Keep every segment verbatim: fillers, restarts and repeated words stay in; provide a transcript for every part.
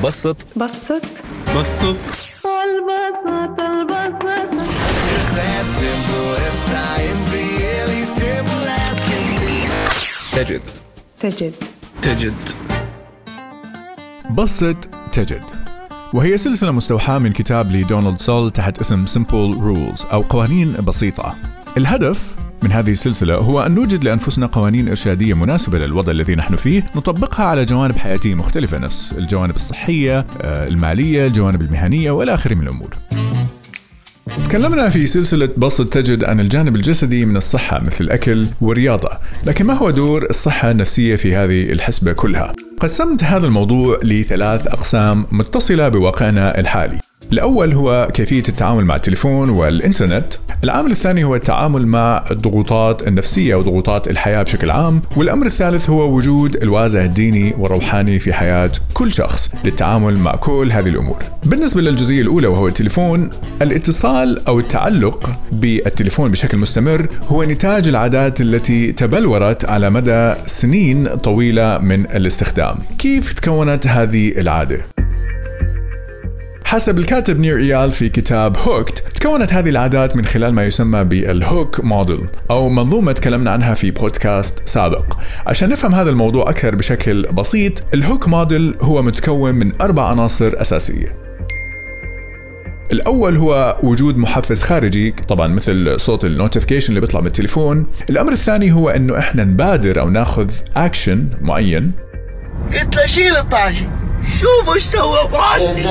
بسط بسط بسط البسط البسط تجد تجد تجد بسط تجد، وهي سلسلة مستوحاة من كتاب لدونالد سول تحت اسم Simple Rules أو قوانين بسيطة. الهدف من هذه السلسلة هو أن نوجد لأنفسنا قوانين إرشادية مناسبة للوضع الذي نحن فيه، نطبقها على جوانب حياتية مختلفة، نفس الجوانب الصحية، المالية، الجوانب المهنية والى آخره من الأمور. تكلمنا في سلسلة بسط تجد عن الجانب الجسدي من الصحة مثل الأكل والرياضة، لكن ما هو دور الصحة النفسية في هذه الحسبة كلها؟ قسمت هذا الموضوع لثلاث أقسام متصلة بواقعنا الحالي. الأول هو كيفية التعامل مع التليفون والإنترنت. العامل الثاني هو التعامل مع الضغوطات النفسية وضغوطات الحياة بشكل عام. والأمر الثالث هو وجود الوازع الديني والروحاني في حياة كل شخص للتعامل مع كل هذه الأمور. بالنسبة للجزئية الأولى وهو التليفون، الاتصال أو التعلق بالتليفون بشكل مستمر هو نتاج العادات التي تبلورت على مدى سنين طويلة من الاستخدام. كيف تكونت هذه العادة؟ حسب الكاتب نير إيال في كتاب هوكت، تكونت هذه العادات من خلال ما يسمى بالهوك موديل أو منظومة تكلمنا عنها في بودكاست سابق. عشان نفهم هذا الموضوع أكثر بشكل بسيط، الهوك موديل هو متكون من أربع عناصر أساسية. الأول هو وجود محفز خارجي، طبعا مثل صوت النوتيفيكيشن اللي بيطلع من التليفون. الأمر الثاني هو إنه إحنا نبادر أو ناخذ أكشن معين. قلت له شيل الطاجي، شوف ايش سوى براسي.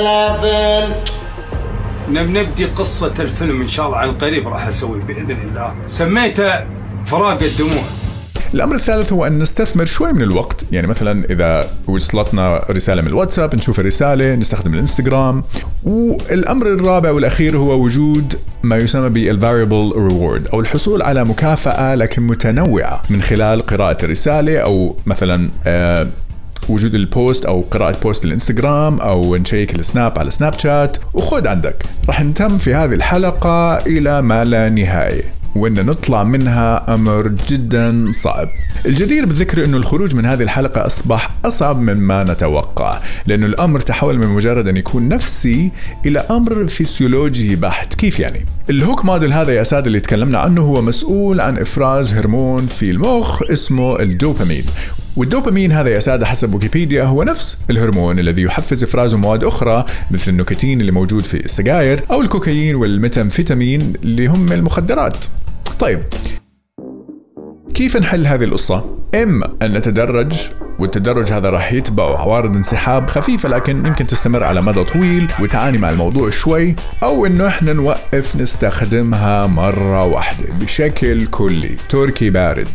نبدي قصة الفيلم إن شاء الله عن قريب راح أسوي بإذن الله، سميته فراق الدموع. الأمر الثالث هو أن نستثمر شوي من الوقت، يعني مثلا إذا وصلتنا رسالة من الواتساب نشوف الرسالة، نستخدم الانستغرام. والأمر الرابع والأخير هو وجود ما يسمى بالفاريبل ريورد أو الحصول على مكافأة لكن متنوعة من خلال قراءة الرسالة أو مثلا آه وجود البوست أو قراءة بوست الانستغرام أو نشيك السناب على سناب شات. وخد عندك راح نتم في هذه الحلقة إلى ما لا نهاية، وإن نطلع منها أمر جدا صعب. الجدير بالذكر أنه الخروج من هذه الحلقة أصبح أصعب مما نتوقع، لأنه الأمر تحول من مجرد أن يكون نفسي إلى أمر فيسيولوجي بحت. كيف يعني؟ الهوك موديل هذا يا سادة اللي تكلمنا عنه هو مسؤول عن إفراز هرمون في المخ اسمه الدوبامين. والدوبامين هذا يا سادة حسب ويكيبيديا هو نفس الهرمون الذي يحفز إفراز مواد أخرى مثل النيكوتين اللي موجود في السجاير أو الكوكايين والميثامفيتامين اللي هم المخدرات. طيب كيف نحل هذه القصة؟ إما أن نتدرج، والتدرج هذا راح يتبع عوارض انسحاب خفيفة لكن يمكن تستمر على مدى طويل وتعاني مع الموضوع شوي، أو إنه إحنا نوقف نستخدمها مرة واحدة بشكل كلي، تركي بارد.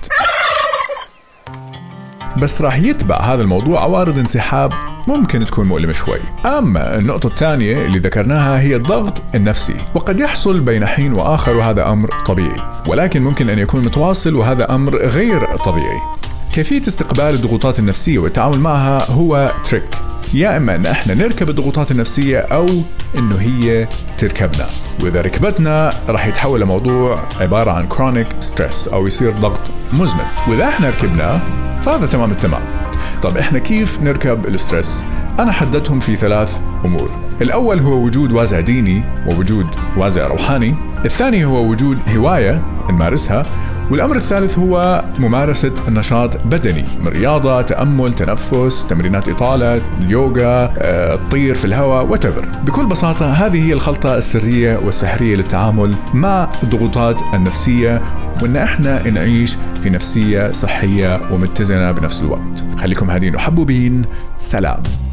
بس راح يتبع هذا الموضوع عوارض انسحاب ممكن تكون مؤلمة شوي. أما النقطة الثانية اللي ذكرناها هي الضغط النفسي، وقد يحصل بين حين وآخر وهذا أمر طبيعي، ولكن ممكن أن يكون متواصل وهذا أمر غير طبيعي. كيفية استقبال الضغوطات النفسية والتعامل معها هو تريك، يا إما أن احنا نركب الضغوطات النفسية أو إنه هي تركبنا، وإذا ركبتنا راح يتحول لموضوع عبارة عن chronic stress أو يصير ضغط مزمن، وإذا احنا ركبناه فهذا تمام التمام. طب احنا كيف نركب الستريس؟ أنا حددتهم في ثلاث أمور. الأول هو وجود وازع ديني ووجود وازع روحاني. الثاني هو وجود هواية نمارسها. والأمر الثالث هو ممارسة النشاط بدني من رياضة، تأمل، تنفس، تمرينات إطالة، اليوغا، الطير في الهواء whatever. بكل بساطة هذه هي الخلطة السرية والسحرية للتعامل مع الضغوطات النفسية، وإن إحنا نعيش في نفسية صحية ومتزنة بنفس الوقت. خليكم هادين وحبوبين. سلام.